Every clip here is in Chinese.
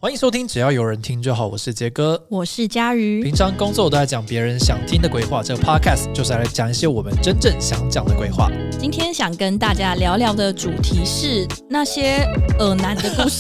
欢迎收听只要有人听就好，我是杰哥， 我是佳瑜。 平常工作都在讲别人想听的鬼话，这个 podcast 就是来讲一些我们真正想讲的鬼话。 今天想跟大家聊聊的主题是那些恶男的故事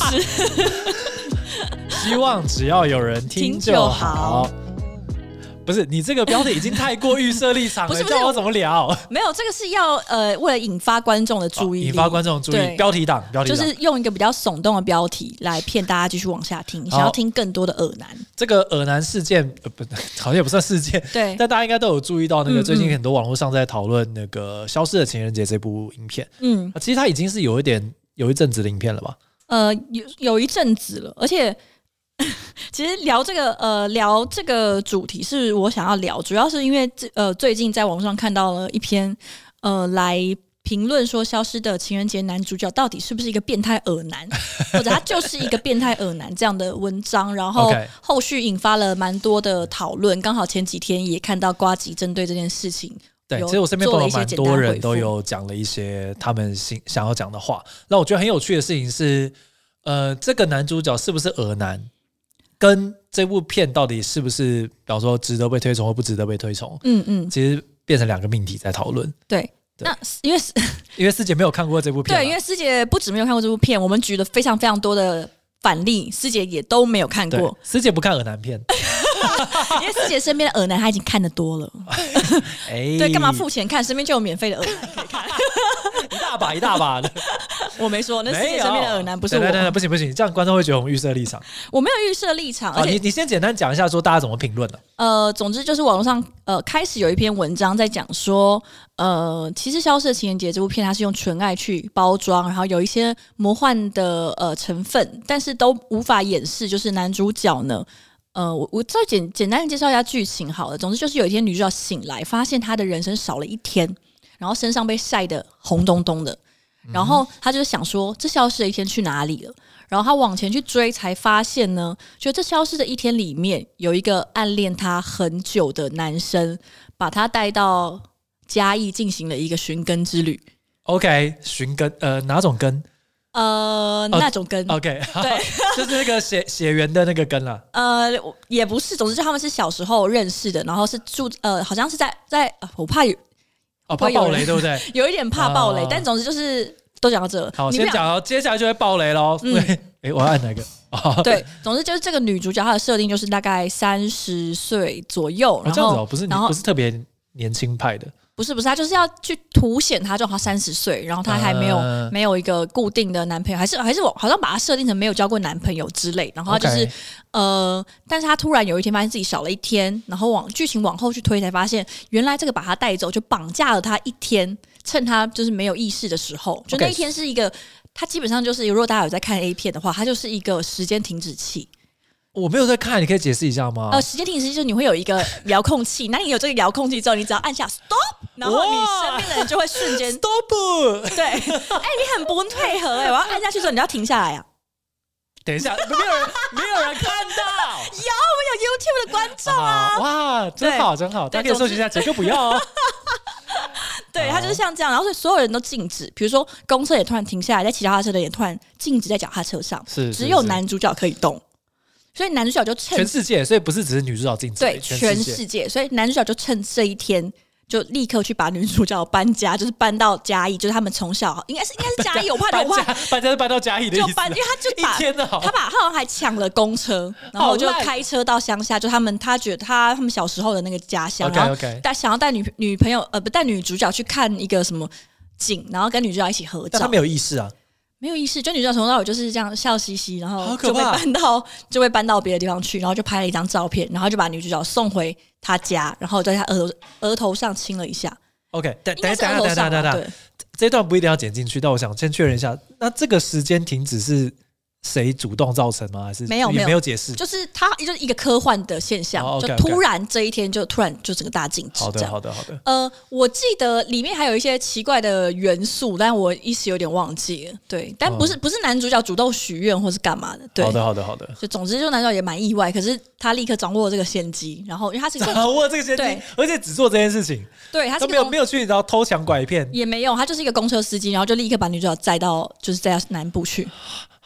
希望只要有人听就好。不是，你这个标题已经太过预设立场了，叫我怎么聊？ 没有，这个是要为了引发观众的注意力， 引发观众的注意。标题党就是用一个比较耸动的标题来骗大家继续往下听，想要听更多的恶男。 这个恶男事件，好像也不算事件， 对， 但大家应该都有注意到，那个最近很多网络上在讨论那个《消失的情人节》这部影片。其实它已经是有一阵子的影片了吧？ 有一阵子了，而且。其实聊这个主题是我想要聊，主要是因为最近在网上看到了一篇来评论说《消失的情人节》男主角到底是不是一个变态恶男，或者他就是一个变态恶男这样的文章，然后后续引发了蛮多的讨论。刚好前几天也看到呱吉针对这件事情。 对，其实我身边朋友蛮多人都有讲了一些他们想要讲的话。那我觉得很有趣的事情是，这个男主角是不是恶男？跟这部片到底是不是，比方说值得被推崇或不值得被推崇，其实变成两个命题在讨论。对， 那因为师姐没有看过这部片， 对，因为师姐不止没有看过这部片，我们举了非常非常多的反例，师姐也都没有看过。 师姐不看恶男片， 因为师姐身边的恶男她已经看得多了。对，干嘛付钱看？身边就有免费的恶男可以看。 一大把的。 我没说，那师姐身边的恶男不是我。 对，不行，这样观众会觉得我们预设立场。 我没有预设立场，而且你先简单讲一下，说大家怎么评论的。 总之就是网络上开始有一篇文章在讲说，其实《消失的情人节》这部片它是用纯爱去包装，然后有一些魔幻的成分，但是都无法掩饰，就是男主角呢。我再简单的介绍一下剧情好了。总之就是有一天女主角醒来，发现她的人生少了一天，然后身上被晒得红咚咚的。然后他就想说这消失的一天去哪里了，然后他往前去追才发现呢，就这消失的一天里面有一个暗恋他很久的男生把他带到嘉义进行了一个寻根之旅。 OK， 寻根哪种根？ 那种根。 OK， 对就是那个血缘的那个根啦。 也不是，总之就他们是小时候认识的，然后是住好像是在我怕怕爆雷对不对？ 有一点怕爆雷，但总之就是都讲到这了。 好，先讲，接下来就会爆雷咯。我要按哪个？对， 总之就是这个女主角她的设定就是大概30岁左右，然后这样子不是特别年轻派的。 不是，她就是要去凸显她正好30岁，然后她还没有一个固定的男朋友，还是我好像把她设定成没有交过男朋友之类，然后就是、但是她突然有一天发现自己少了一天，然后剧情往后去推才发现，原来这个把她带走就绑架了她一天，趁她就是没有意识的时候，就那一天是一个，她基本上就是如果大家有在看 A 片的话，它就是一个时间停止器。 我没有在看，你可以解释一下吗？ 时间停止器就是你会有一个遥控器，那你有这个遥控器之后，你只要按下 stop， 然后你身边的人就会瞬间 stop。 对，你很不配合我要按下去之后，你就要停下来啊。 等一下，没有人看到。 我们有 YouTube 的观众啊！ 哇，真好，大家可以搜寻一下，杰哥不要哦。 对，他就是像这样，然后所有人都静止，比如说公车也突然停下来，在骑脚踏车的也突然静止在脚踏车上，只有男主角可以动。所以男主角就趁全世界，所以不是只是女主角静止， 对，全世界。所以男主角就趁这一天，就立刻去把女主角搬家，就是搬到嘉义，就是他们从小应该是嘉义，我怕搬家是搬到嘉义的意思， 因为他就把一天的好， 他好像还抢了公车，然后就开车到乡下，就他觉得他们小时候的那个家乡，然后想要带女朋友不带女主角去看一个什么景，然后跟女主角一起合照， 但他没有意识啊。 没有意识，就女主角从头到尾就是这样笑嘻嘻，然后就被搬到别的地方去，然后就拍了一张照片，然后就把女主角送回她家，然后在她额头上亲了一下。 OK， 等一下，这段不一定要剪进去，但我想先确认一下，那这个时间停止是谁主动造成吗？还是没有解释？ 就是它就是一个科幻的现象，就突然这一天就突然就整个大静止。 好的。 我记得里面还有一些奇怪的元素，但我一时有点忘记了。对，但不是男主角主动许愿或是干嘛的。对， 好的。 就总之就男主角也蛮意外，可是他立刻掌握了这个先机，然后因为他是掌握这个先机，而且只做这件事情。 对，他是没有去你知道偷抢拐骗， 也没有，他就是一个公车司机，然后就立刻把女主角载到南部去。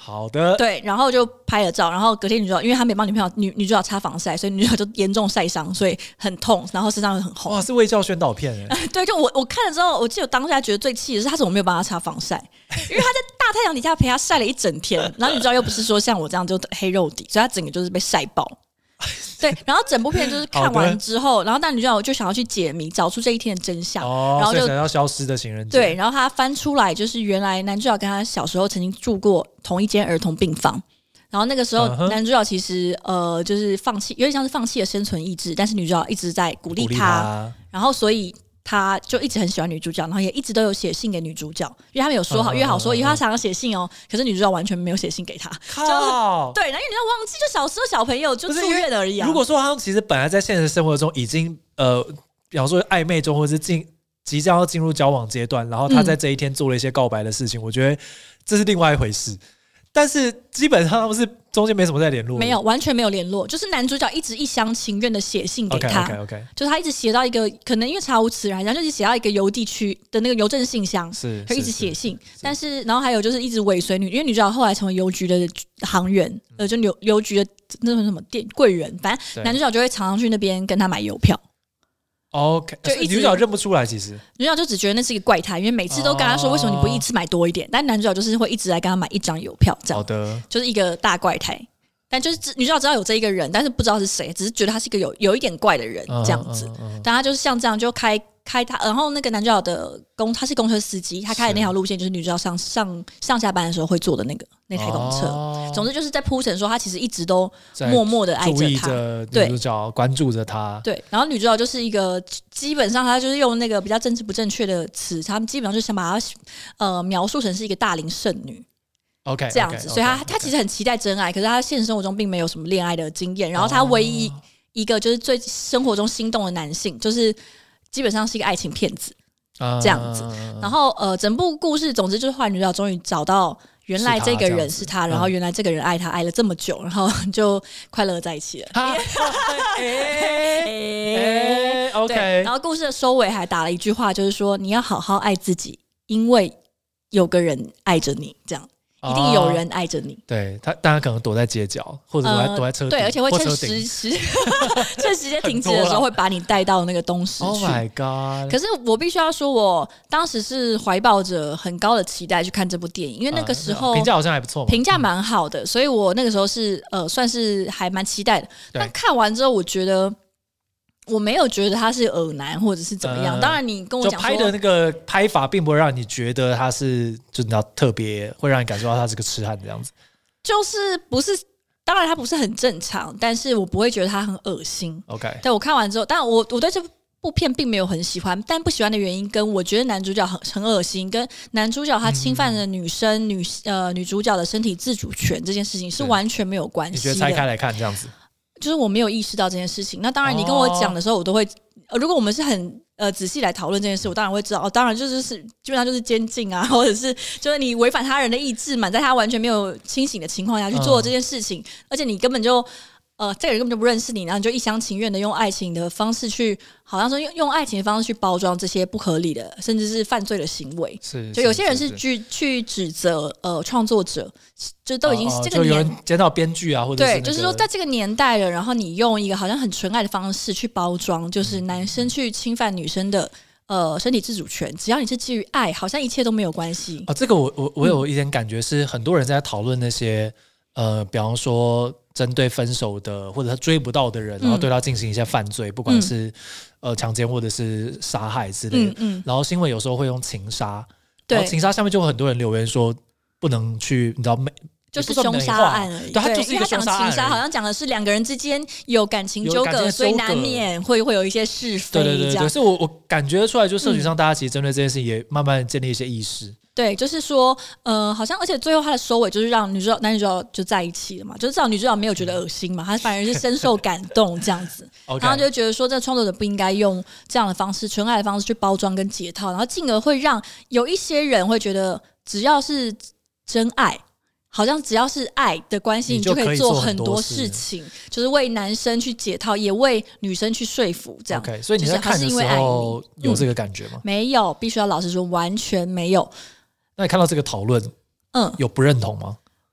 好的， 对，然后就拍了照，然后隔天女主角因为她没帮女主角擦防晒，所以女主角就严重晒伤，所以很痛，然后身上又很红。 哇，是卫教宣导片对，就我看了之后，我记得当下觉得最气的是她怎么没有帮她擦防晒，因为她在大太阳底下陪她晒了一整天，然后女主角又不是说像我这样就黑肉底，所以她整个就是被晒爆。对，然后整部片就是看完之后，然后但女主角就想要去解谜，找出这一天的真相，然后就想要消失的情人节。 对，然后他翻出来，就是原来男主角跟他小时候曾经住过同一间儿童病房，然后那个时候男主角其实就是放弃，有点像是放弃了生存意志，但是女主角一直在鼓励他，然后所以他就一直很喜欢女主角，然后也一直都有写信给女主角，因为他们有说好约好说以后他常常写信哦，可是女主角完全没有写信给他， 靠， 对，然后你要忘记，就小时候小朋友就住院而已啊。 如果说他们其实本来在现实生活中已经比方说暧昧中，或者是即将要进入交往阶段，然后他在这一天做了一些告白的事情，我觉得这是另外一回事。但是基本上他们是中间没什么在联络， 没有，完全没有联络，就是男主角一直一厢情愿的写信给他 okay. 就是他一直写到一个可能因为查无此人，然后就写到一个邮递区的那个邮政信箱，就一直写信，但是然后还有就是一直尾随因为女主角后来成为邮局的行员，就邮局的那种什么柜员，反正男主角就会常常去那边跟他买邮票。 OK， 就女主角认不出来，其实女主角就只觉得那是一个怪胎，因为每次都跟他说为什么你不一次买多一点，但男主角就是会一直来跟他买一张邮票，这样。 好的， 就是一个大怪胎。但就是女主角知道有这一个人，但是不知道是谁，只是觉得他是一个有一点怪的人这样子。但他就是像这样就开他，然后那个男主角的他是公车司机，他开的那条路线就是女主角上下班的时候会坐的那台公车。总之就是在铺陈说他其实一直都默默的爱着他，注意着女主角，关注着他。 对，然后女主角就是一个基本上她就是用那个比较政治不正确的词，他们基本上就想把她描述成是一个大龄剩女。 OK， 这样子，所以他其实很期待真爱，可是他现实生活中并没有什么恋爱的经验。然后他唯一一个就是最生活中心动的男性，就是基本上是一个爱情骗子这样子。然后整部故事总之就是后来女主角终于找到原来这个人是他，然后原来这个人爱他爱了这么久，然后就快乐在一起了。 OK， 然后故事的收尾还打了一句话，就是说你要好好爱自己，因为有个人爱着你，这样。一定有人爱着你。 对他，当然可能躲在街角，或者躲在车顶， 对，而且会趁时间停止的时候，会把你带到那个东石去。 Oh my god！ 可是我必须要说，我当时是怀抱着很高的期待去看这部电影，因为那个时候评价好像还不错， 评价蛮好的，所以我那个时候是算是还蛮期待的。但看完之后，我觉得。我没有觉得他是恶男或者是怎么样，当然你跟我讲说就拍的那个拍法并不会让你觉得他是就你要特别会让你感受到他是个痴汉这样子， 就是不是，当然他不是很正常，但是我不会觉得他很恶心。 OK， 但我看完之后，当然我对这部片并没有很喜欢，但不喜欢的原因跟我觉得男主角很恶心，跟男主角他侵犯了女主角的身体自主权这件事情是完全没有关系的。 你觉得拆开来看这样子？ 就是我没有意识到这件事情。那当然，你跟我讲的时候，我都会。如果我们是很仔细来讨论这件事，我当然会知道。当然就是基本上就是监禁啊，或者是就是你违反他人的意志嘛，在他完全没有清醒的情况下去做这件事情，而且你根本就。这个人根本就不认识你，然後你就一厢情愿的用爱情的方式去，好像说用爱情的方式去包装这些不合理的，甚至是犯罪的行为。就有些人是去指责创作者，就都已经这个就有人检讨编剧啊，或者是对，就是说在这个年代了，然后你用一个好像很纯爱的方式去包装，就是男生去侵犯女生的身体自主权，只要你是基于爱，好像一切都没有关系。 这个我有一点感觉是，很多人在讨论那些比方说。针对分手的或者他追不到的人，然后对他进行一些犯罪，不管是强奸或者是杀害之类的。然后新闻有时候会用情杀，然后情杀下面就有很多人留言说不能去，你知道就是凶杀案而已。 对，他就是一个凶杀案。 情杀好像讲的是两个人之间有感情纠葛，所以难免会有一些是非。 对，所以我感觉出来，就社群上大家其实针对这件事情也慢慢建立一些意识。 对，就是说，好像，而且最后他的收尾就是让男女主角就在一起了嘛，就是至少女主角没有觉得恶心嘛，她反而是深受感动这样子，然后就觉得说，这个创作者不应该用这样的方式、纯爱的方式去包装跟解套，然后进而会让有一些人会觉得，只要是真爱。好像只要是爱的关系，你就可以做很多事情，就是为男生去解套，也为女生去说服，这样。 Okay, 所以你在看的时候有这个感觉吗？ 没有，必须要老实说，完全没有。 那你看到这个讨论，有不认同吗？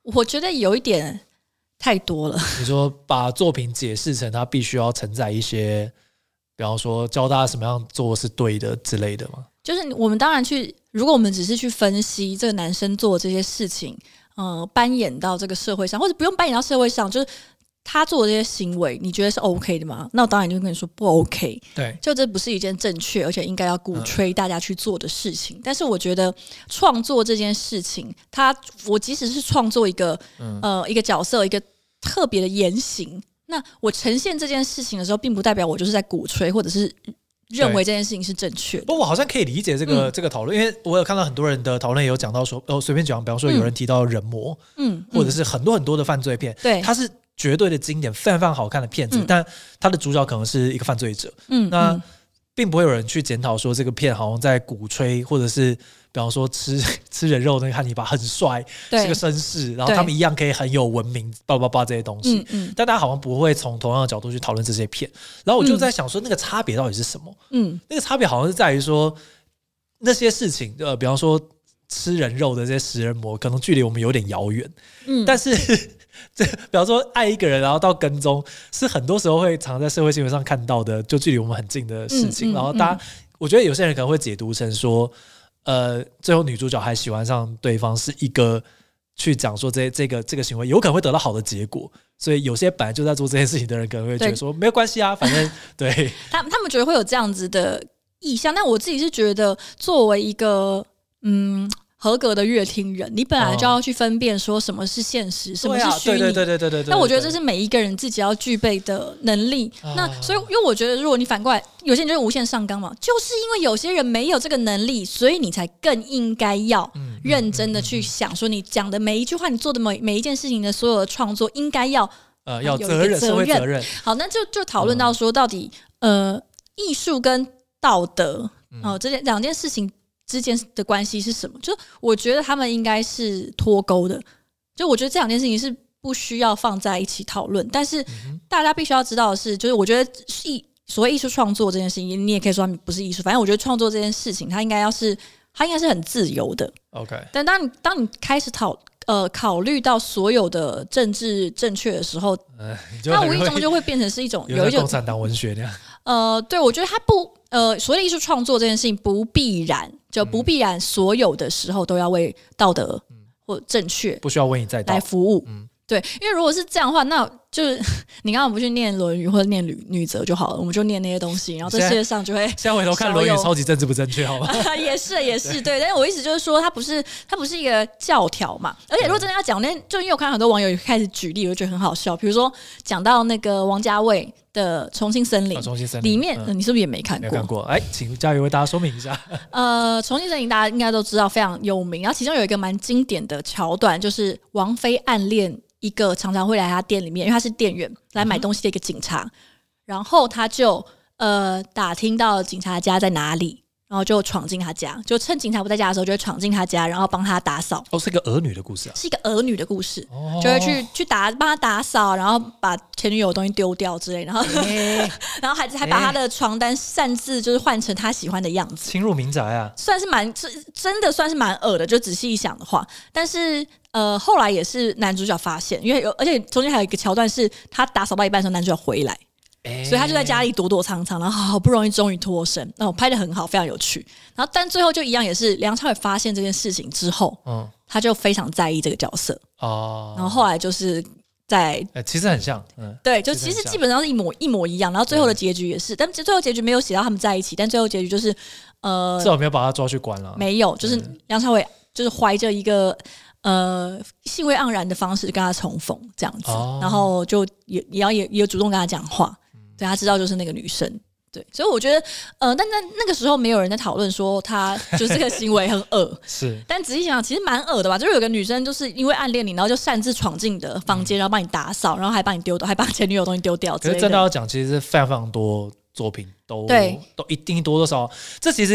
我觉得有一点太多了。 你说把作品解释成它必须要承载一些，比方说教大家什么样做是对的之类的吗？ 就是我们当然如果我们只是去分析这个男生做这些事情，扮演到这个社会上，或者不用扮演到社会上，就是他做的这些行为，你觉得是 OK 的吗？那我当然就跟你说不 OK。 对， 就这不是一件正确而且应该要鼓吹大家去做的事情。但是我觉得创作这件事情，我即使是创作一个一个角色，一个特别的言行，那我呈现这件事情的时候，并不代表我就是在鼓吹或者是认为这件事情是正确的。 不过我好像可以理解这个讨论，因为我有看到很多人的讨论也有讲到说，随便讲，比方说有人提到人魔，或者是很多很多的犯罪片， 对， 它是绝对的经典，非常非常好看的片子，但它的主角可能是一个犯罪者，那并不会有人去检讨说这个片好像在鼓吹，或者是比方说吃人肉那个汉尼拔很帅，是个绅士，然后他们一样可以很有文明，叭叭叭这些东西，但大家好像不会从同样的角度去讨论这些片。然后我就在想说，那个差别到底是什么？那个差别好像是在于说，那些事情，比方说吃人肉的这些食人魔，可能距离我们有点遥远，但是比方说爱一个人然后到跟踪，是很多时候会常在社会新闻上看到的，就距离我们很近的事情。然后大家，我觉得有些人可能会解读成说，最后女主角还喜欢上对方是一个去讲说这个行为有可能会得到好的结果，所以有些本来就在做这件事情的人可能会觉得说没有关系啊，反正对他们觉得会有这样子的意向。但我自己是觉得，作为一个合格的乐听人，你本来就要去分辨说什么是现实，什么是虚拟。 对。 那我觉得这是每一个人自己要具备的能力。那所以，因为我觉得，如果你反过来，有些人就是无限上纲嘛，就是因为有些人没有这个能力，所以你才更应该要认真的去想，说你讲的每一句话，你做的每一件事情的所有的创作，应该要要责任，社会责任。 好，那就讨论到说，到底艺术跟道德这两件事情之间的关系是什么？就我觉得他们应该是脱钩的。就我觉得这两件事情是不需要放在一起讨论，但是大家必须要知道的是，就是我觉得所谓艺术创作这件事情，你也可以说它不是艺术，反正我觉得创作这件事情，它应该是很自由的。 OK， 但当你开始考虑到所有的政治正确的时候，它无意中就会变成是一种有一种共产党文学那样。 对，我觉得它所谓的艺术创作这件事情不必然所有的时候都要为道德或正确不需要为你载道来服务。对，因为如果是这样的话，那就是你刚刚不去念《论语》或者念女则就好了，我们就念那些东西，然后这世界上就会现在回头看《论语》超级政治不正确，好吗？ 也是对，但是我意思就是说，它不是一个教条嘛。而且如果真的要讲，就因为我看到很多网友开始举例，我就觉得很好笑。比如说讲到那个王家卫的《重庆森林》，里面你是不是也没看过？ 没看过，请嘉瑜为大家说明一下。 重庆森林大家应该都知道非常有名，然后其中有一个蛮经典的桥段，就是王菲暗恋一个常常会来他店里面，因为他是店员来买东西的一个警察，然后他就打听到警察家在哪里，然后就闯进他家，就趁警察不在家的时候就会闯进他家，然后帮他打扫。 是一个儿女的故事啊， 是一个儿女的故事，就会去帮他打扫，然后把前女友的东西丢掉之类，然后然后还把他的床单擅自就是换成他喜欢的样子， 侵入民宅啊， 真的算是蛮恶的，就仔细一想的话，但是。后来也是男主角发现，因为而且中间还有一个桥段是他打扫到一半的时候，男主角回来，所以他就在家里躲躲藏藏，然后好不容易终于脱身，拍得很好，非常有趣。然后但最后就一样，也是梁朝伟发现这件事情之后，他就非常在意这个角色然后后来就是在其实很像， 对，就其实基本上是一模一样。然后最后的结局也是，但最后结局没有写到他们在一起，但最后结局就是至少没有把他抓去关了， 没有，就是梁朝伟就是怀着一个。兴味盎然的方式跟他重逢这样子，然后就也主动跟他讲话，对，他知道就是那个女生，对，所以我觉得但那个时候没有人在讨论说他就是这个行为很恶是， 但仔细想想其实蛮恶的吧，就是有个女生就是因为暗恋你，然后就擅自闯进你的房间，然后帮你打扫，然后还帮你丢掉，还把前女友的东西丢掉之类的。 可是真的要讲，其实是非常非常多作品都一定多多少，这其实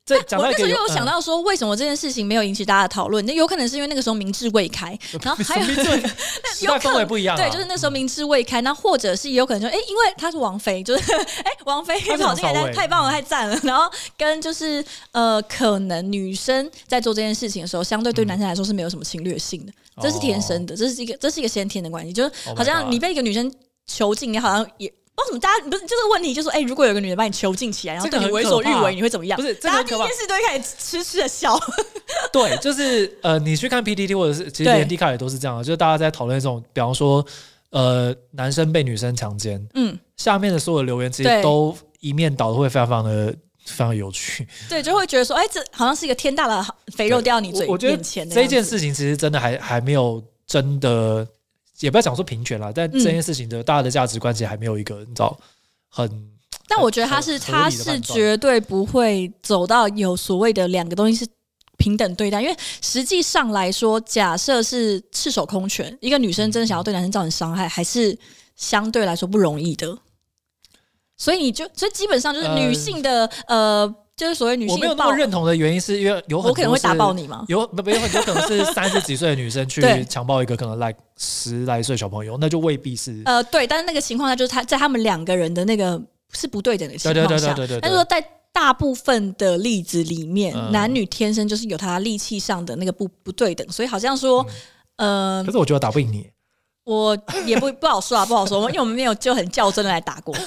这讲到一个， 我那时候又想到说，为什么这件事情没有引起大家的讨论？那有可能是因为那个时候民智未开，然后还有时代氛围不一样、啊， 对，就是那时候民智未开，那或者是有可能说，因为他是王菲，就是王菲跑进来太棒了，太赞了，然后跟就是可能女生在做这件事情的时候，相对对男生来说是没有什么侵略性的，这是天生的，这是一个先天的关系，就是好像你被一个女生囚禁，你好像也。为什么大家不是这个问题？就是说，如果有个女人把你囚禁起来，然后对你为所欲为，你会怎么样？ 不是， 大家第一件事都会开始痴的笑。 对，就是你去看 PTT 或者是其实连 D 卡也都是这样的，就是大家在讨论这种，比方说男生被女生强奸，下面的所有留言其实都一面倒，会非常有趣。对， 就会觉得说，这好像是一个天大的肥肉掉到你嘴面前。 这件事情其实真的还没有真的。也不要讲说平权啦，但这件事情的大家的价值观其实还没有一个你知道很。 但我觉得他是绝对不会走到有所谓的两个东西是平等对待，因为实际上来说，假设是赤手空拳，一个女生真的想要对男生造成伤害，还是相对来说不容易的。所以基本上就是女性的就是所谓女性， 我没有那么认同的原因是因为有很多我可能会打爆你吗？ 有很多可能是30几岁的女生去强暴一个可能10来岁小朋友，那就未必是对，但是那个情况下就是在他们两个人的那个是不对等的情况下，但是说在大部分的例子里面，男女天生就是有他力气上的那个不对等，所以好像说可是我觉得打不赢你。 我也不好说啊，不好说，因为我们没有就很较真的来打过。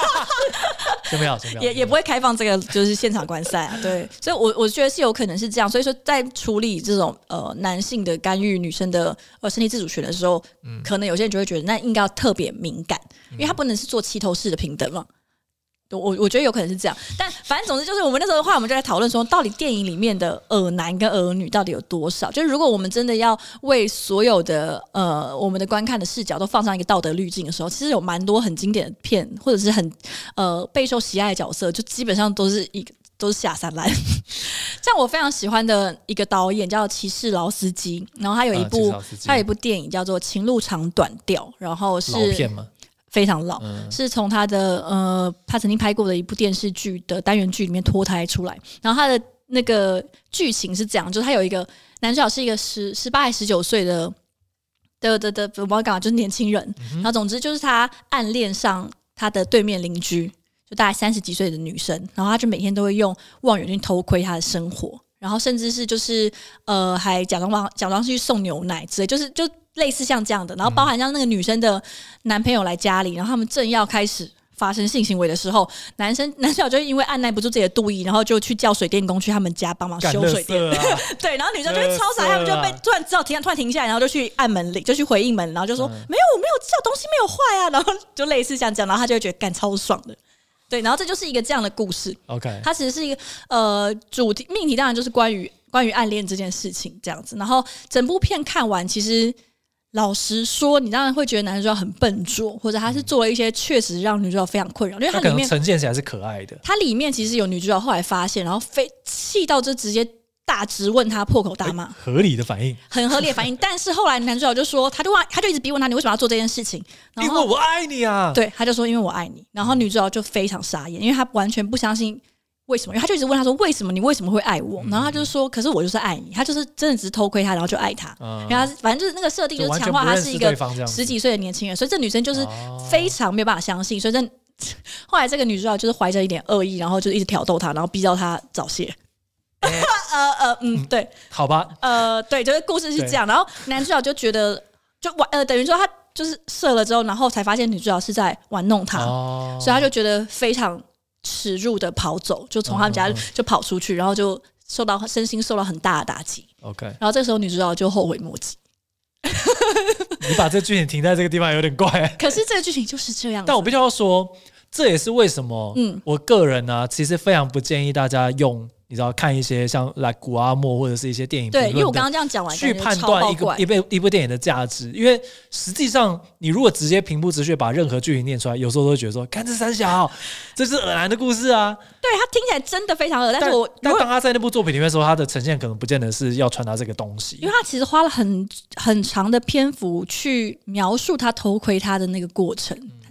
也不会开放这个就是现场观赛啊，对，所以我觉得是有可能是这样，所以说在处理这种男性的干预女生的身体自主权的时候，可能有些人就会觉得那应该要特别敏感，因为它不能是做齐头式的平等嘛。我觉得有可能是这样，但反正总之就是我们那时候的话，我们就在讨论说，到底电影里面的男跟女到底有多少？就是如果我们真的要为所有的我们的观看的视角都放上一个道德滤镜的时候，其实有蛮多很经典的片，或者是很备受喜爱的角色，就基本上都是下三滥。像我非常喜欢的一个导演叫骑士劳斯基，然后他有一部电影叫做《情路长短调》，然后是老片吗？ 非常老，是从他的他曾经拍过的一部电视剧的单元剧里面脱胎出来。然后他的那个剧情是这样，就是他有一个男主角是一个18还19岁的我不知道干嘛，就是年轻人。然后总之就是他暗恋上他的对面邻居，就大概30几岁的女生，然后他就每天都会用望远镜偷窥她的生活，然后甚至是就是还假装去送牛奶之类，就类似像这样的，然后包含像那个女生的男朋友来家里，然后他们正要开始发生性行为的时候，男主角就因为按耐不住自己的妒意，然后就去叫水电工去他们家帮忙修水电。对，然后女生就会超傻，他们就被突然停下来，然后就去按门铃，就去回应门，然后就说、没有，我没有叫东西没有坏啊，然后就类似像这样，然后他就会觉得干超爽的。对，然后这就是一个这样的故事。 OK， 它其实是一个主题命题，当然就是关于暗恋这件事情这样子。然后整部片看完，其实老实说，你当然会觉得男主角很笨拙，或者他是做了一些确实让女主角非常困扰，因为它里面可能呈现起来是可爱的。 它里面其实有女主角后来发现，然后气到就直接大质问他，破口大骂， 合理的反应， 很合理的反应。但是后来男主角就说，他就一直逼问他，你为什么要做这件事情？然后因为我爱你啊！ 对，他就说因为我爱你。然后女主角就非常傻眼，因为他完全不相信。为什么？因为他就一直问他说：“为什么你为什么会爱我？”然后他就说：“可是我就是爱你。”他就是真的只是偷窥他，然后就爱他。然后他反正就是那个设定，就是强化他是一个10几岁的年轻人，所以这女生就是非常没有办法相信。所以后来这个女主角就是怀着一点恶意，然后就一直挑逗他，然后逼到他早泄。对， 好吧， 对，就是故事是这样。然后男主角就觉得，等于说他就是射了之后，然后才发现女主角是在玩弄他，所以他就觉得非常耻辱的跑走，就从他们家就跑出去，然后就身心受到很大的打击。 OK， 然后这时候女主角就后悔莫及。 你把这剧情停在这个地方有点怪， 可是这个剧情就是这样。 但我必须要说，这也是为什么我个人呢、其实非常不建议大家用。你知道看一些像古阿莫或者是一些电影评论， 对，因为我刚刚这样讲完， 去判断一部电影的价值，因为实际上你如果直接平铺直叙把任何剧情念出来，有时候都会觉得说，看这三小，这是恶男的故事啊。 对，他听起来真的非常恶，但当他在那部作品里面的时候，他的呈现可能不见得是要传达这个东西， 因为他其实花了很长的篇幅去描述他偷窥他的那个过程。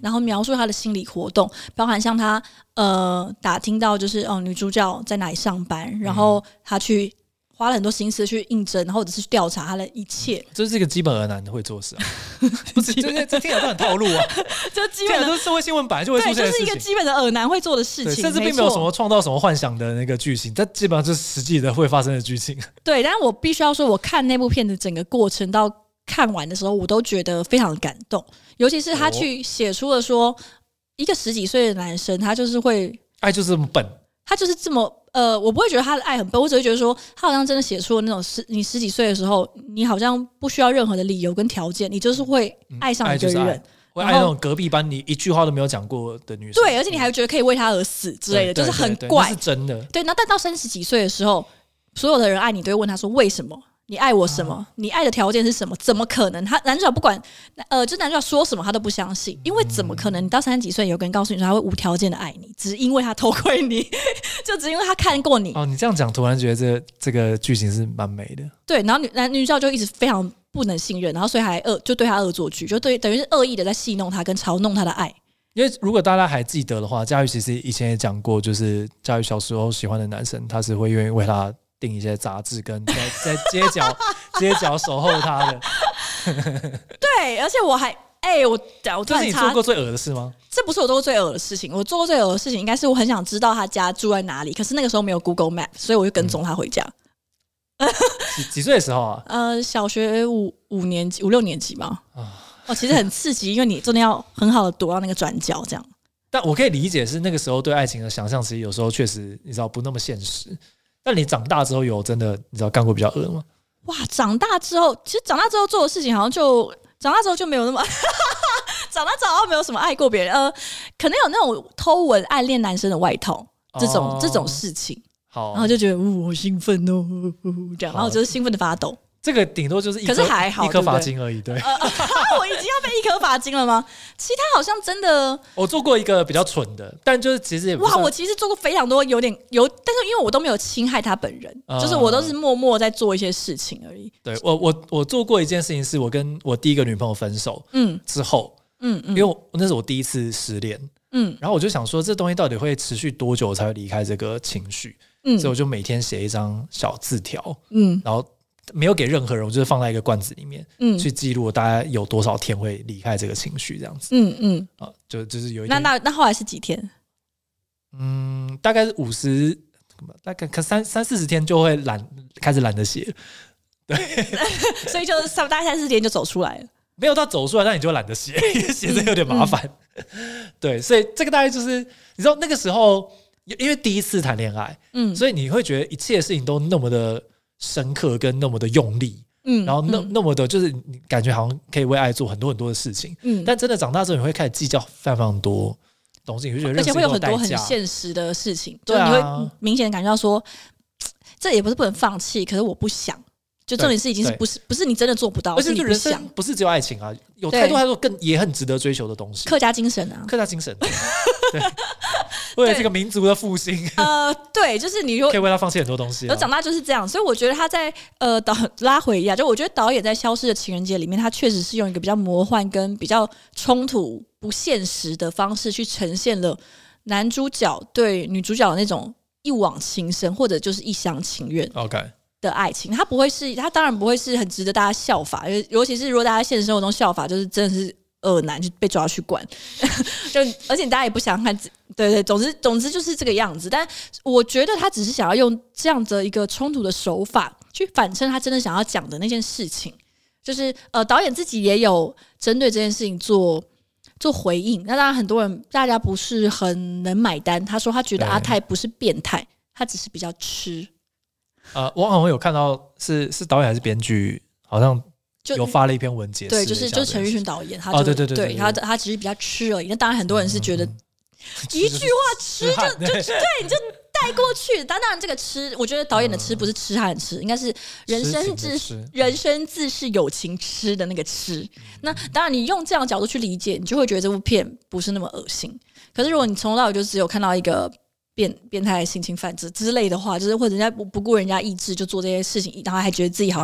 然后描述他的心理活动，包含像他打听到就是女主角在哪里上班，然后他去花了很多心思去应征，或者是去调查他的一切。 这是一个基本而男会做的事啊，不是这听起来都很套路啊， 就基本都是社会新闻本来就会出现的事情， 对，就是一个基本的耳男会做的事情， 甚至并没有什么创造什么幻想的那个剧情，这基本上就是实际的会发生的剧情。 对，但是我必须要说，我看那部片的整个过程到看完的时候，我都觉得非常的感动，尤其是他去写出了说，一个10几岁的男生，他就是会爱就是这么笨， 他就是这么我不会觉得他的爱很笨，我只会觉得说他好像真的写出了那种你10几岁的时候，你好像不需要任何的理由跟条件，你就是会爱上一个人， 会爱那种隔壁班你一句话都没有讲过的女生， 对，而且你还觉得可以为他而死之类的，就是很怪， 那是真的。 对，那但到30几岁的时候，所有的人爱你都会问他说为什么？你爱我什么？你爱的条件是什么？怎么可能？男主角不管，就男主角说什么他都不相信，因为怎么可能？你到30几岁，有个人告诉你说他会无条件的爱你，只因为他偷窥你，就只因为他看过你。 哦，你这样讲，突然觉得这个剧情是蛮美的。 对，然后女主角就一直非常不能信任，然后所以还就对他恶作剧，就等于是恶意的在戏弄他跟嘲弄他的爱。 因为如果大家还记得的话，佳玉其实以前也讲过，就是佳玉小时候喜欢的男生，他是会愿意为他订一些杂志，跟在街角守候他的。 对，而且我还我这是你做过最恶的事吗？ 这不是我做过最恶的事情，我做过最恶的事情应该是我很想知道他家住在哪里，可是那个时候没有 Google Map， 所以我就跟踪他回家。 几岁的时候啊？ 小学5、6年级吧。其实很刺激，因为你真的要很好的躲到那个转角这样。 但我可以理解是那个时候对爱情的想象，其实有时候确实你知道不那么现实。但你长大之后有真的你知道干过比较恶吗？ 哇，长大之后做的事情好像长大之后就没有那么长大之后没有什么爱过别人，可能有那种偷闻暗恋男生的外套这种事情。好，然后就觉得好兴奋哦，这样，然后就是兴奋的发抖。 这个顶多就是可是还好一颗罚金而已，对。 我已经要被1颗罚金了吗？其他好像真的， 我做过一个比较蠢的，但就是其实也不算。 我其实做过非常多，但是因为我都没有侵害他本人，就是我都是默默在做一些事情而已。 对，我做过一件事情，是我跟我第一个女朋友分手之后，因为那是我第一次失恋，然后我就想说这东西到底会持续多久才会离开这个情绪，所以我就每天写一张小字条，然后没有给任何人，我就是放在一个罐子里面，去记录大概有多少天会离开这个情绪，这样子。就是有一天那后来是几天？ 大概是50，大概30-40天就会开始懒得写了。对， 所以就大概3-4天就走出来了。 没有到走出来，但你就懒得写，因为写这有点麻烦。对，所以这个大概就是你知道那个时候，因为第一次谈恋爱，所以你会觉得一切事情都那么的深刻跟那么的用力，然后那么的就是你感觉好像可以为爱做很多很多的事情，但真的长大之后你会开始计较非常非常多东西，你就觉得而且会有很多很现实的事情，就是你会明显的感觉到说，这也不是不能放弃，可是我不想。就重点是已经是不是你真的做不到， 而且人生不是只有爱情啊，有太多更也很值得追求的东西。 客家精神啊， 客家精神，对，为了这个民族的复兴， 对，就是你可以为他放弃很多东西。 而长大就是这样，所以我觉得他在拉回一下，就我觉得导演在《消失的情人节》里面，他确实是用一个比较魔幻跟比较冲突、不现实的方式去呈现了男主角对女主角的那种一往情深，或者就是一厢情愿。 OK。 的爱情，他当然不会是很值得大家效法，尤其是如果大家现实生活中效法，就是真的是恶男就被抓去关，而且大家也不想看，对，总之就是这个样子。但我觉得他只是想要用这样的一个冲突的手法去反衬他真的想要讲的那件事情，就是导演自己也有针对这件事情做回应。那当然很多人大家不是很能买单，他说他觉得阿泰不是变态，他只是比较痴。 我好像有看到是导演还是编剧，好像有发了一篇文解释。 对，就是陈玉勋导演，他对他只是比较痴而已。那当然很多人是觉得一句话痴就对，你就带过去。当然这个痴，我觉得导演的痴不是痴汉痴，应该是人生自是有情痴的那个痴。那当然你用这样的角度去理解，你就会觉得这部片不是那么恶心。可是如果你从头到尾就只有看到一个变态性侵犯之类的话，就是或者人家不顾人家意志就做这些事情，然后还觉得自己好像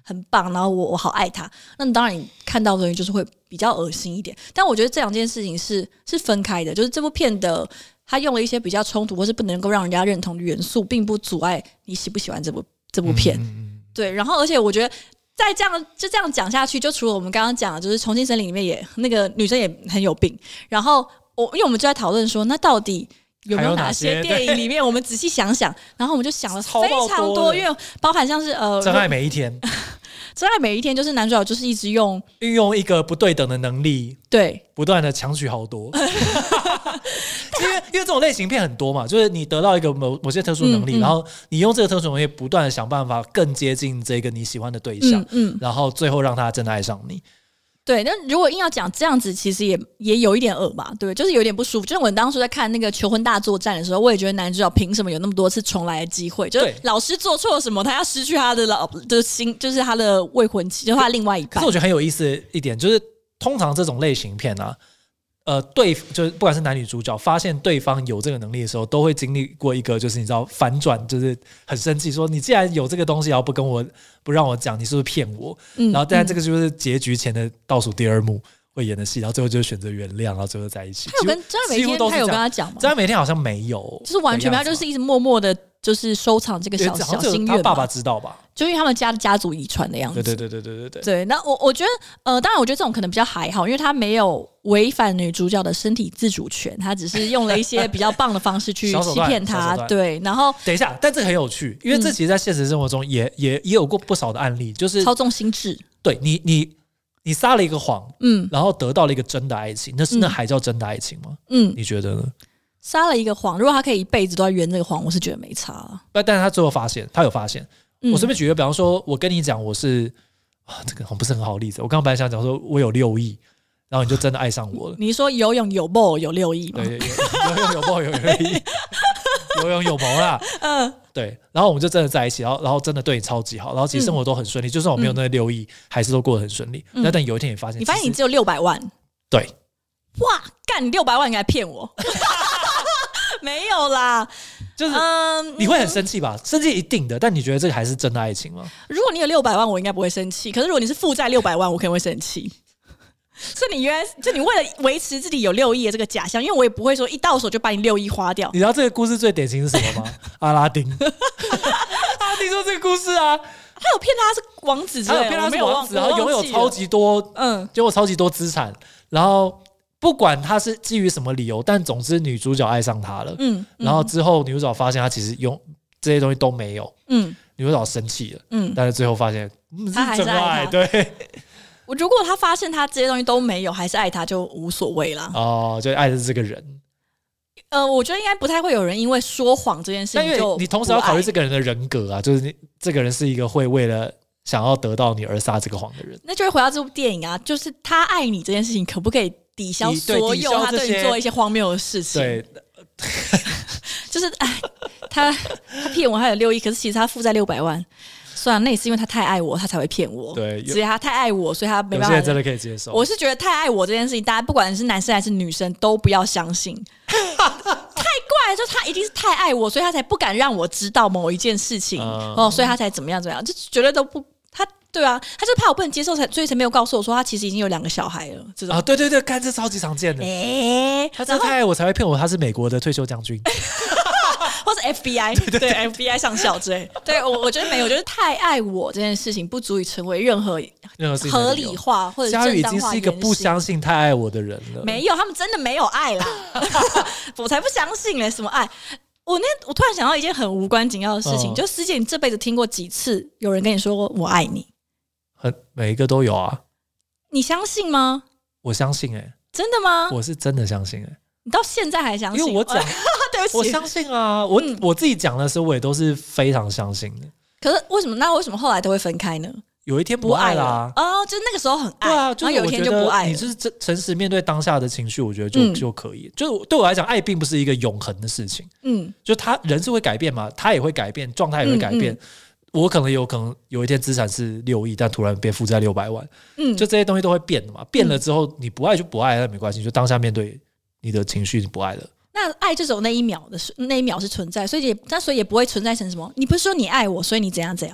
很棒，然后我好爱他，那当然你看到的东西就是会比较恶心一点。但我觉得这两件事情是分开的，就是这部片的他用了一些比较冲突或是不能够让人家认同的元素，并不阻碍你喜不喜欢这部片。对，然后而且我觉得再这样讲下去，就除了我们刚刚讲的，就是《重庆森林》里面也那个女生也很有病，然后因为我们就在讨论说，那到底有没有哪些电影里面我们仔细想想，然后我们就想了非常多，因为包含像是真爱每一天真爱每一天，就是男主角就是一直运用一个不对等的能力， 对， 不断的强取好多因为这种类型片很多嘛，就是你得到一个某些特殊能力，然后你用这个特殊能力不断的想办法更接近这个你喜欢的对象，然后最后让他真的爱上你。 对，那如果硬要讲这样子，其实也有一点恶嘛，对，就是有点不舒服。就是我当初在看那个《求婚大作战》的时候，我也觉得男主角凭什么有那么多次重来的机会？就是老师做错了什么，他要失去他的心，就是他的未婚妻，就是他另外一半。 可是我觉得很有意思的一点就是，通常这种类型片啊，就是不管是男女主角发现对方有这个能力的时候，都会经历过一个就是你知道反转，就是很生气，说你既然有这个东西，然后不让我讲，你是不是骗我？然后但这个就是结局前的倒数第二幕会演的戏，然后最后就选择原谅，然后最后在一起。 他有跟真爱每天，他有跟他讲吗？ 真爱每天好像没有， 就是完全没有，就是一直默默的，就是收藏这个小心愿。 他爸爸知道吧？ 就因为他们家族遗传的样子。 对。 那我觉得当然我觉得这种可能比较还好，因为他没有违反女主角的身体自主权，他只是用了一些比较棒的方式去欺骗她。对，然后等一下，但这个很有趣，因为这其实在现实生活中也有过不少的案例，就是操纵心智。 对你撒了一个谎，然后得到了一个真的爱情，那还叫真的爱情吗？你觉得呢？ 撒了一个谎，如果他可以一辈子都在圆这个谎，我是觉得没差了。 但是他最后他有发现。我随便举个，比方说，我跟你讲我是这个不是很好的例子。我刚刚本来想讲说我有6亿，然后你就真的爱上我了。 你说游泳有梦有6亿吗？ 对，游泳有梦有6亿，游泳有谋啦。对，然后我们就真的在一起，然后真的对你超级好，然后其实生活都很顺利，就算我没有那6亿，还是都过得很顺利。但有一天你发现你只有600万， 对， 哇，干你600万你还骗我？没有啦， 就是你会很生气吧？生气一定的，但你觉得这个还是真的爱情吗？ 如果你有600万，我应该不会生气。可是如果你是负债600万，我可能会生气。所以你为了维持自己有6亿的这个假象，因为我也不会说一到手就把你6亿花掉。 你知道这个故事最典型是什么吗？阿拉丁。阿拉丁说这个故事啊， 他有骗他是王子之类的，他有骗他是王子， 然后拥有超级多资产，然后。不管他是基于什么理由，但总之女主角爱上他了。然后之后女主角发现他其实用这些东西都没有。女主角生气了。但是最后发现他还是爱他。 对， 如果他发现他这些东西都没有，还是爱他，就无所谓啦。 就爱的是这个人。 我觉得应该不太会有人因为说谎这件事情就不爱。因为你同时要考虑这个人的人格啊，就是这个人是一个会为了想要得到你而撒这个谎的人。 那就会回到这部电影啊，就是他爱你这件事情可不可以抵消所有他对你做一些荒谬的事情？ 对， 就是他骗我还有6亿，可是其实他负债600万。算了，那也是因为他太爱我，他才会骗我。 对， 只是他太爱我，所以他没办法。 有些人真的可以接受。 我是觉得太爱我这件事情，大家不管是男生还是女生都不要相信。太怪了，就他一定是太爱我，所以他才不敢让我知道某一件事情。所以他才怎么样，就绝对都不他。对啊，他就怕我不能接受，所以才没有告诉我说他其实已经有2个小孩了。这种对，看这超级常见的。他真的太爱我才会骗我，他是美国的退休将军。 或是 FBI 对 FBI 上校之类。对，我觉得没有，我觉得太爱我这件事情不足以成为任何合理化或者正当化。 佳宇已经是一个不相信太爱我的人了。 没有，他们真的没有爱啦。我才不相信嘞，什么爱？我突然想到一件很无关紧要的事情，就师姐，你这辈子听过几次有人跟你说我爱你？ 每一个都有啊。 你相信吗？ 我相信真的吗？ 我是真的相信你到现在还相信？ 因为我讲对不起， 我相信啊，我自己讲的时候我也都是非常相信的。 可是为什么后来都会分开呢？ 有一天不爱啦。 就是那个时候很爱。 对啊，就是有一天就不爱了。 你就是诚实面对当下的情绪，我觉得就可以。就对我来讲，爱并不是一个永恒的事情。就人是会改变嘛，他也会改变，状态也会改变。我可能有一天资产是6亿，但突然变负债600万。就这些东西都会变的嘛。变了之后，你不爱就不爱，那没关系，就当下面对你的情绪，你不爱了。 那爱就只有那一秒是存在，所以也不会存在成什么。你不是说你爱我，所以你怎样怎样，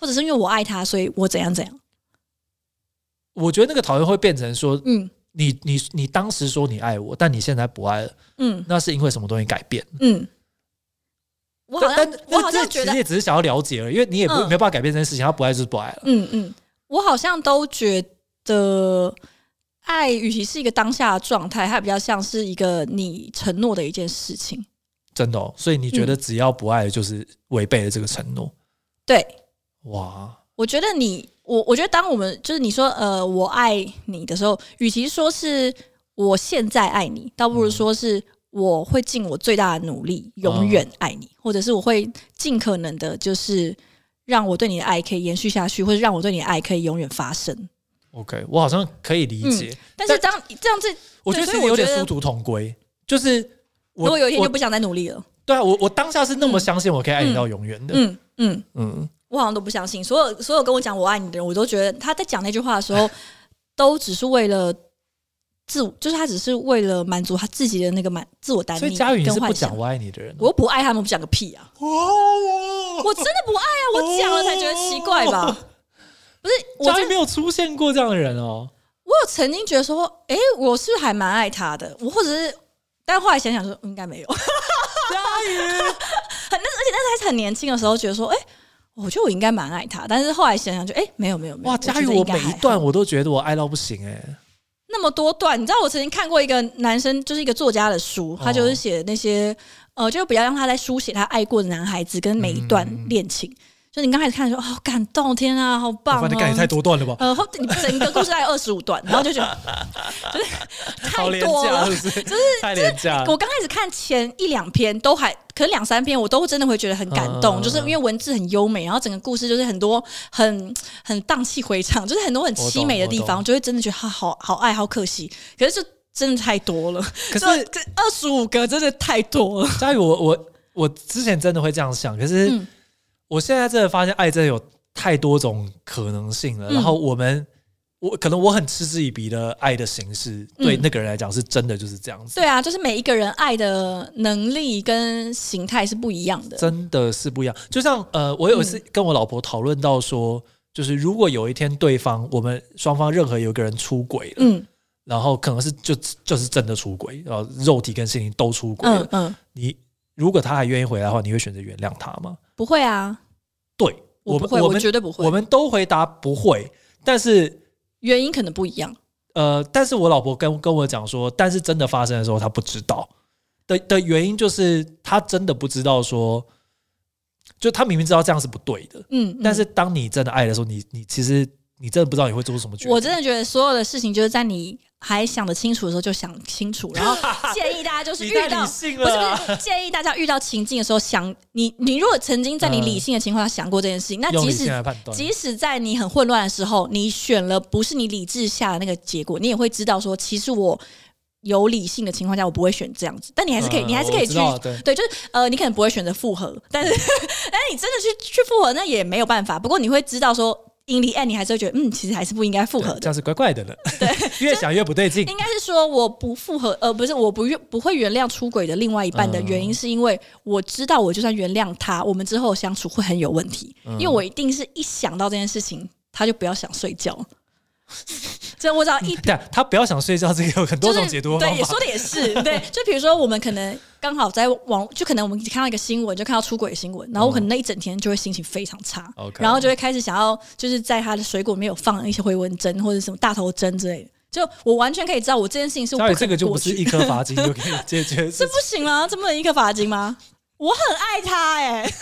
或者是因为我爱他，所以我怎样怎样。 我觉得那个讨厌会变成说，你当时说你爱我，但你现在不爱了，那是因为什么东西改变？ 我好像觉得其实也只是想要了解而已，因为你也没有办法改变这件事情，他不爱就是不爱了。 我好像都觉得爱与其是一个当下的状态，它比较像是一个你承诺的一件事情。 真的所以你觉得只要不爱就是违背了这个承诺？ 对， 哇， 我觉得我觉得当我们就是你说我爱你的时候，与其说是我现在爱你，倒不如说是我会尽我最大的努力永远爱你，或者是我会尽可能的就是让我对你的爱可以延续下去，或者让我对你的爱可以永远发生。 OK， 我好像可以理解， 但是当这样子我觉得其实有点殊途同归，就是如果有一天就不想再努力了。 对啊，我当下是那么相信我可以爱你到永远的。 我好像都不相信，所有跟我讲我爱你的人，我都觉得他在讲那句话的时候都只是为了就是他只是为了满足他自己的那个自我单立。 所以佳宇你是不讲我爱你的人？ 我不爱他们，不讲个屁啊！我真的不爱啊！我讲了才觉得奇怪吧？不是， 佳宇没有出现过这样的人哦。 我有曾经觉得说，我是不是还蛮爱他的？我或者是，但后来想想说，应该没有。 佳宇， 而且那是很年轻的时候，觉得说，我觉得我应该蛮爱他，但是后来想想就，没有。 哇，佳宇，我每一段我都觉得我爱到不行那么多段，你知道我曾经看过一个男生，就是一个作家的书，他就是写那些就比较让他在书写他爱过的男孩子跟每一段恋情。就你刚开始看的时候，好感动，天啊，好棒哦！ 你感觉太多段了吧？ 你整个故事大概25段，然后就觉得就是太多了，就是太廉价了。 我刚开始看前1-2篇都还，可能2-3篇我都真的会觉得很感动，就是因为文字很优美，然后整个故事就是很多很荡气回肠，就是很多很凄美的地方，就会真的觉得他好爱，好可惜。可是就真的太多了，可是25个真的太多了。 佳宇，我之前真的会这样想，可是我现在真的发现爱真的有太多种可能性了。然后可能我很嗤之以鼻的爱的形式，对那个人来讲是真的就是这样子。 对啊，就是每一个人爱的能力跟形态是不一样的， 真的是不一样。就像我有一次跟我老婆讨论到说，就是如果有一天对方我们双方任何有一个人出轨了，然后可能是就是真的出轨，然后肉体跟心灵都出轨了，你如果他还愿意回来的话，你会选择原谅他吗？ 不会啊。 对， 我不会，我绝对不会。 我们都回答不会，但是原因可能不一样。 但是我老婆跟我讲说，但是真的发生的时候，她不知道的原因就是她真的不知道说，就她明明知道这样是不对的，但是当你真的爱的时候，你其实你真的不知道你会做出什么决定。 我真的觉得所有的事情就是在你还想得清楚的时候就想清楚，然后建议大家就是遇到不是建议大家遇到情境的时候想你如果曾经在你理性的情况下想过这件事情，那即使在你很混乱的时候，你选了不是你理智下的那个结果，你也会知道说，其实我有理性的情况下我不会选这样子，但你还是可以去对，就是你可能不会选择复合，但是你真的去复合那也没有办法，不过你会知道说in the end 你还是会觉得其实还是不应该复合的， 这样是怪怪的了。 对， 越想越不对劲。 应该是说我不复合，不是我不会原谅出轨的另外一半的原因，是因为我知道我就算原谅他，我们之后相处会很有问题，因为我一定是一想到这件事情，他就不要想睡觉。所以我只要他不要想睡觉，这个有很多种解读方法。 对，也说的也是对。就比如说，我们可能刚好在就可能我们看到一个新闻，就看到出轨的新闻，然后我可能那一整天就会心情非常差，然后就会开始想要，就是在他的水果里面有放一些回纹针或者什么大头针之类的。就我完全可以知道，我这件事情是我不可能过去。 这个就不是一颗罚金就可以解决， 这不行吗？这不能一颗罚金吗？我很爱他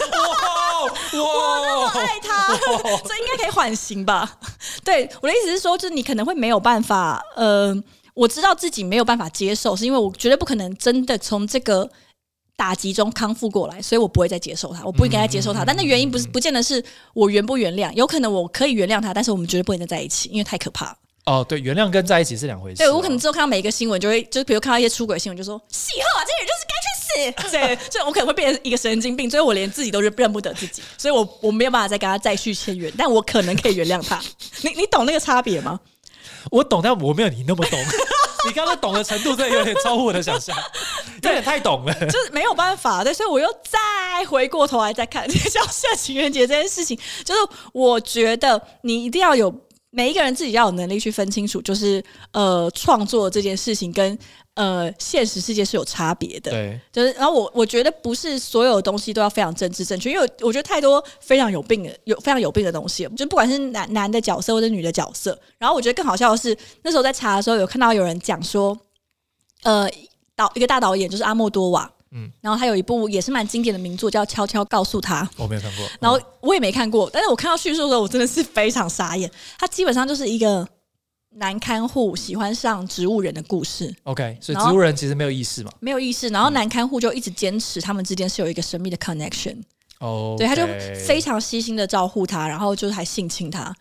我那么爱他，这应该可以缓刑吧？对，我的意思是说，就是你可能会没有办法，我知道自己没有办法接受，是因为我绝对不可能真的从这个打击中康复过来，所以我不会再接受他，我不应该再接受他。但那原因不见得是我原不原谅，有可能我可以原谅他，但是我们绝对不能再在一起，因为太可怕了。 对，原谅跟在一起是两回事。 对，我可能之后看到每一个新闻，就比如看到一些出轨新闻，就说喜贺啊，这人就是该去死。对，所以我可能会变成一个神经病，所以我连自己都认不得自己，所以我没有办法再跟他再续前缘，但我可能可以原谅他。你懂那个差别吗？ 我懂，但我没有你那么懂。你刚刚懂的程度真的有点超乎我的想象。 这也太懂了， 就是没有办法。对，所以我又再回过头来再看消失的情人节这件事情，就是我觉得你一定要有每一个人自己要有能力去分清楚，就是创作这件事情跟现实世界是有差别的。 对， 就是然后我觉得不是所有东西都要非常政治正确，因为我觉得太多非常有病的东西，就不管是男的角色或者女的角色。然后我觉得更好笑的是，那时候在查的时候有看到有人讲说，一个大导演就是阿莫多瓦。然后他有一部也是蛮经典的名作叫《悄悄告诉他》， 我没有看过， 然后我也没看过，但是我看到叙述的时候，我真的是非常傻眼。他基本上就是一个男看护喜欢上植物人的故事。 OK， 所以植物人其实没有意识嘛， 没有意识，然后男看护就一直坚持他们之间是有一个神秘的 connection。对，他就非常悉心的照顾他，然后就是还性侵他。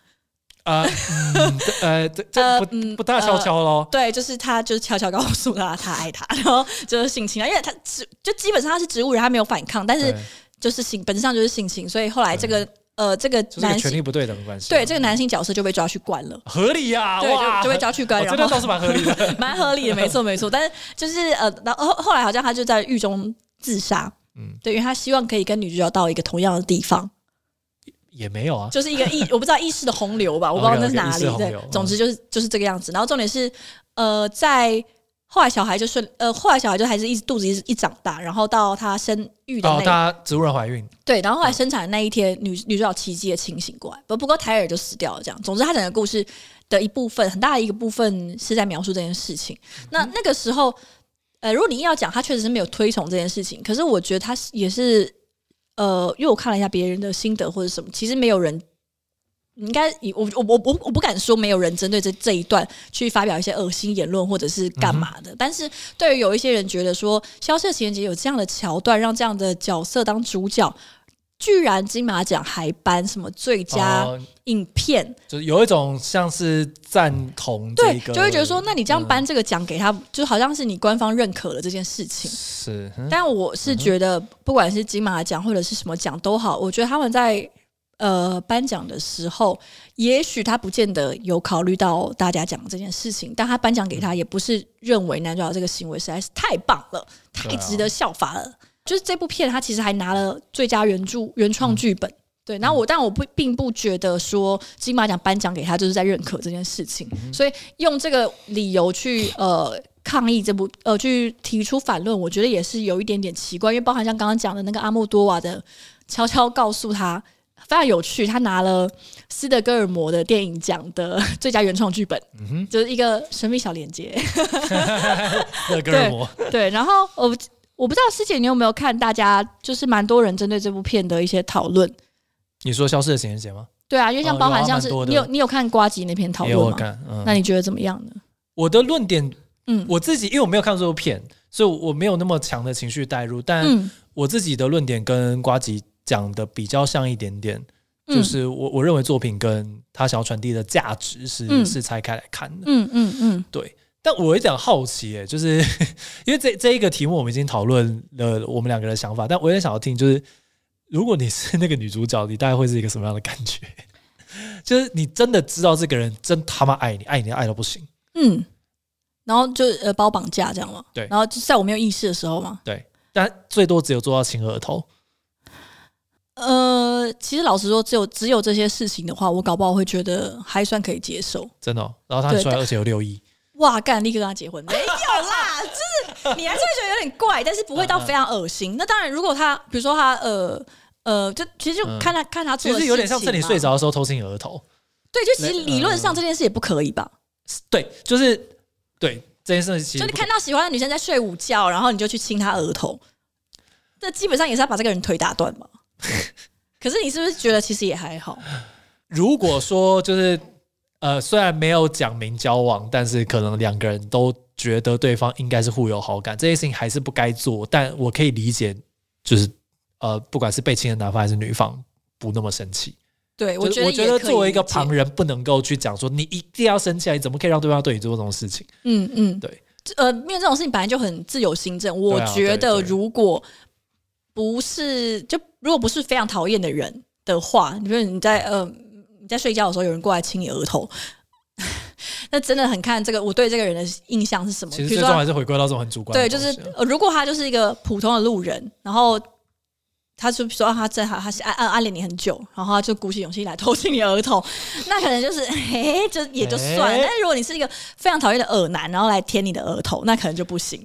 不大悄悄咯。 对，就是他就是悄悄告诉他他爱他，然后就是性侵他，因为他就基本上他是植物人，他没有反抗，但是就是本质上就是性侵，所以后来这个男性权力不对等的关系， 对，这个男性角色就被抓去关了， 合理呀， 对，就被抓去关， 这个倒是蛮合理的， 蛮合理的，没错没错。但是就是然后后来好像他就在狱中自杀，对，因为他希望可以跟女主角到一个同样的地方。 也没有啊， 就是一个我不知道意识的洪流吧，我不知道那是哪里。对，总之就是这个样子。然后重点是，在后来小孩就还是肚子一长大，然后到他生育的他植物人怀孕， 对，然后后来生产的那一天，女主角奇迹的清醒过来，不过泰尔就死掉了。这样，总之他整个故事的一部分，很大的一个部分是在描述这件事情。那个时候，如果你硬要讲，他确实是没有推崇这件事情，可是我觉得他也是。因为我看了一下别人的心得或者什么，其实没有人应该我不敢说没有人针对这一段去发表一些恶心言论或者是干嘛的，但是对于有一些人觉得说《消失的情人节》有这样的桥段，让这样的角色当主角，居然金马奖还颁什么最佳影片， 就是有一种像是赞同这个， 对，就会觉得说，那你这样颁这个奖给他，就好像是你官方认可了这件事情。 是， 但我是觉得，不管是金马奖或者是什么奖都好，我觉得他们在颁奖的时候，也许他不见得有考虑到大家讲这件事情，但他颁奖给他，也不是认为男主角这个行为实在是太棒了，太值得效法了。就是这部片，他其实还拿了最佳原创剧本。对，然后但我并不觉得说金马奖颁奖给他就是在认可这件事情，所以用这个理由去抗议这部去提出反论，我觉得也是有一点点奇怪，因为包含像刚刚讲的那个阿莫多瓦的悄悄告诉他非常有趣，他拿了斯德哥尔摩的电影奖的最佳原创剧本，就是一个神秘小连接。 斯德哥尔摩对，然后我不知道师姐你有没有看，大家就是蛮多人针对这部片的一些讨论。 你说消失的情人节吗？ 对啊，因为像包含像是你有看呱吉那篇讨论吗？ 有看， 那你觉得怎么样呢？ 我的论点，我自己因为我没有看这部片，所以我没有那么强的情绪带入，但我自己的论点跟呱吉讲的比较像一点点，就是我认为作品跟他想要传递的价值是拆开来看的。对。但我有点好奇就是因为这一个题目我们已经讨论了我们两个人的想法，但我有点想要听，就是如果你是那个女主角，你大概会是一个什么样的感觉？就是你真的知道这个人真他妈爱你爱到不行， 然后就把我绑架这样嘛， 对， 然后就在我没有意识的时候嘛， 对，但最多只有做到亲额头。 其实老实说，只有这些事情的话，我搞不好会觉得还算可以接受， 真的然后他很帅，而且有6亿。 哇，干！立刻跟他结婚？没有啦，就是你还是会觉得有点怪，但是不会到非常恶心。那当然，如果他比如说他就其实就看他做的事情， 其实有点像趁你睡着的时候偷亲你额头。 对，就其实理论上这件事也不可以吧？ 对，就是对这件事其实就你看到喜欢的女生在睡午觉，然后你就去亲她额头，这基本上也是要把这个人腿打断嘛。可是你是不是觉得其实也还好？ 如果说就是虽然没有讲明交往，但是可能两个人都觉得对方应该是互有好感，这些事情还是不该做。但我可以理解，就是不管是被亲的男方还是女方，不那么生气。 对， 我觉得作为一个旁人，不能够去讲说你一定要生气，你怎么可以让对方对你做这种事情？对。 因为这种事情本来就很自由行政，我觉得如果不是非常讨厌的人的话，比如你在睡觉的时候有人过来亲你额头， 那真的很看这个我对这个人的印象是什么。 其实最终还是回归到这种很主观的对，就是如果他就是一个普通的路人，然后他就说他暗恋你很久，然后他就鼓起勇气来偷亲你额头，那可能就是就也就算了。但是如果你是一个非常讨厌的恶男，然后来舔你的额头，那可能就不行。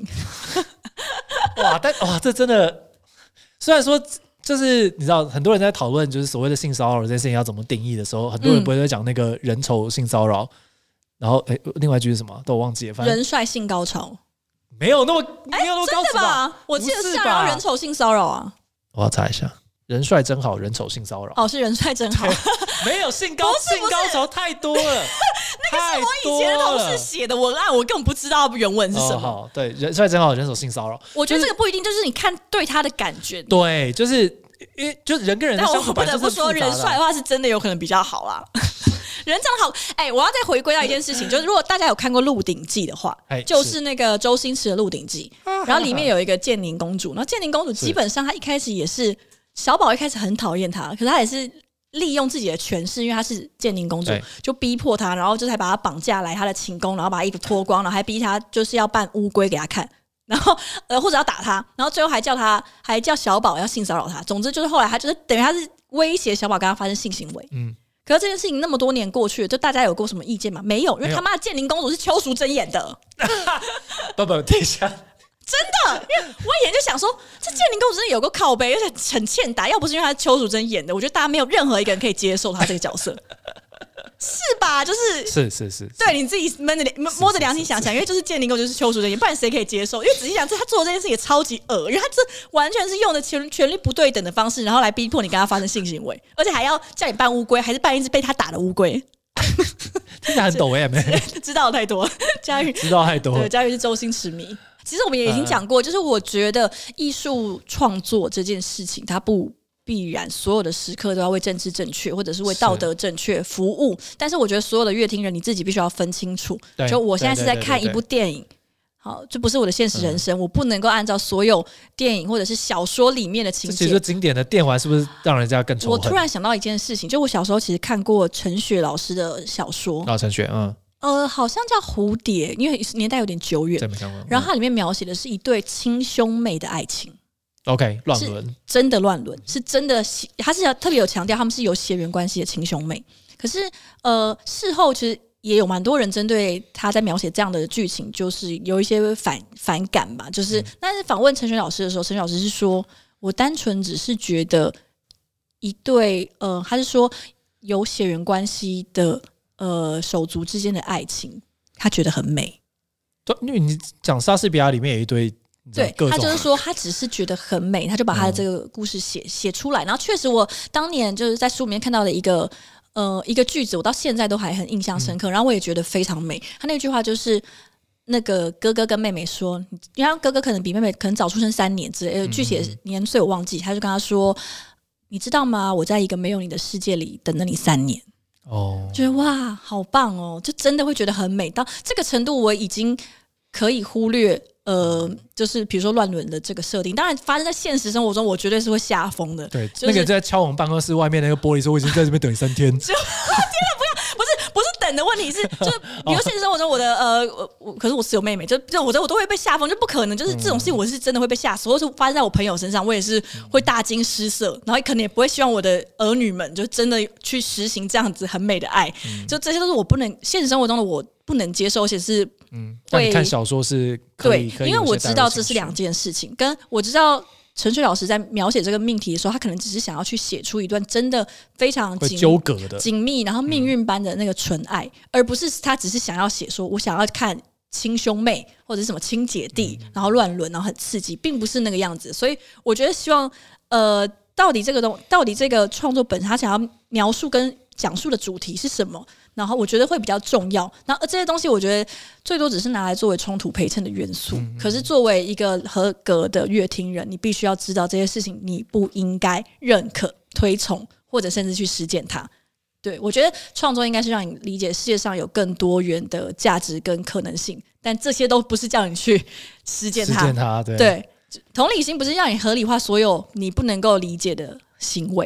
哇，这真的，虽然说就是你知道，很多人在讨论就是所谓的性骚扰这件事情要怎么定义的时候，很多人不会讲那个人丑性骚扰，然后另外一句是什么？都我忘记了。反正人帅性高潮没有那么高潮吧？我记得是要人丑性骚扰啊。 我要查一下，人帅真好，人丑性骚扰。 哦，是人帅真好， 没有性高潮太多了。 那个是我以前的同事写的文案，我根本不知道原文是什么。 好，对，人帅真好，人丑性骚扰。 我觉得这个不一定，就是你看对他的感觉。 对，就是因为就是人跟人的相处， 但我不得不说，人帅的话是真的有可能比较好啦。人长得好，我要再回归到一件事情，就是如果大家有看过《鹿鼎记》的话，就是那个周星驰的《鹿鼎记》，然后里面有一个建宁公主，然后建宁公主基本上她一开始也是小宝一开始很讨厌她，可是她也是利用自己的权势，因为她是建宁公主，就逼迫她，然后就才把她绑架来她的寝宫，然后把衣服脱光，然后还逼她就是要扮乌龟给她看。然后或者要打她，然后最后还叫小宝要性骚扰她。总之就是后来她就是等于她是威胁小宝跟她发生性行为。可是这件事情那么多年过去了，就大家有过什么意见吗？没有，因为他妈的建宁公主是邱淑贞演的。 不，等一下， 真的，因为我以前就想说，这建宁公主真的有个靠背，而且很欠打。要不是因为她是邱淑贞演的，我觉得大家没有任何一个人可以接受她这个角色。是吧？是，对，你自己摸着良心想想，因为就是建宁公主就是邱淑贞，不然谁可以接受？因为仔细想，他做的这件事也超级恶，因为他这完全是用的权力不对等的方式，然后来逼迫你跟他发生性行为，而且还要叫你扮乌龟，还是扮一只被他打的乌龟。 听起来很抖 M， 知道太多，佳玉知道太多， 对，佳玉是周星驰迷。其实我们也已经讲过，就是我觉得艺术创作这件事情，它不必然所有的时刻都要为政治正确或者是为道德正确服务，但是我觉得所有的乐听人你自己必须要分清楚，就我现在是在看一部电影，好，这不是我的现实人生，我不能够按照所有电影或者是小说里面的情节。 其实经典的电玩是不是让人家更仇恨？ 我突然想到一件事情，就我小时候其实看过陈雪老师的小说， 陈雪， 好像叫蝴蝶，因为年代有点久远，然后它里面描写的是一对亲兄妹的爱情。 OK， 乱伦， 真的乱伦，是真的，他是特别有强调他们是有血缘关系的亲兄妹。可是事后其实也有蛮多人针对他在描写这样的剧情，就是有一些反感吧。就是，但是访问陈雪老师的时候，陈雪老师是说，我单纯只是觉得一对他是说有血缘关系的手足之间的爱情，他觉得很美。 对，因为你讲莎士比亚里面有一堆。 对，他就是说他只是觉得很美，他就把他的这个故事写出来。然后确实我当年就是在书里面看到的一个句子，我到现在都还很印象深刻，然后我也觉得非常美。他那句话就是那个哥哥跟妹妹说，因为哥哥可能比妹妹可能早出生3年之类的，具体的年岁我忘记，他就跟他说，你知道吗，我在一个没有你的世界里等了你3年。觉得哇好棒哦，就真的会觉得很美到这个程度，我已经可以忽略就是比如说乱伦的这个设定，当然发生在现实生活中，我绝对是会吓疯的。 对， 就是、 那个在敲我们办公室外面那个玻璃说，我已经在这边等你3天。 天哪，不是等的问题，是就是比如现实生活中我的可是我是有妹妹，就我都会被吓疯，就不可能，就是这种事情我是真的会被吓死，或是发生在我朋友身上，我也是会大惊失色，然后可能也不会希望我的儿女们就真的去实行这样子很美的爱，就这些都是我不能现实生活中的我不能接受，而且是但你看小说是可以， 因为我知道这是2件事情，跟我知道陈雪老师在描写这个命题的时候，他可能只是想要去写出一段真的非常纠葛的紧密，然后命运般的那个纯爱，而不是他只是想要写说我想要看亲兄妹或者是什么亲姐弟，然后乱伦，然后很刺激，并不是那个样子。所以我觉得希望到底这个创作本身他想要描述跟讲述的主题是什么，然后我觉得会比较重要。然后这些东西我觉得最多只是拿来作为冲突陪衬的元素，可是作为一个合格的乐听人，你必须要知道这些事情你不应该认可推崇或者甚至去实践它。对，我觉得创作应该是让你理解世界上有更多元的价值跟可能性，但这些都不是叫你去实践它。对，同理心不是让你合理化所有你不能够理解的行为。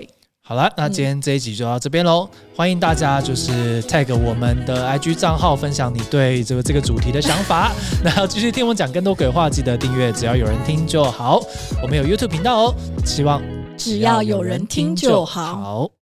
好了，那今天这一集就到这边咯。欢迎大家就是 tag 我们的 IG 账号，分享你对这个主题的想法。那要继续听我讲更多鬼话，记得订阅，只要有人听就好。我们有 YouTube 频道哦，希望只要有人听就好。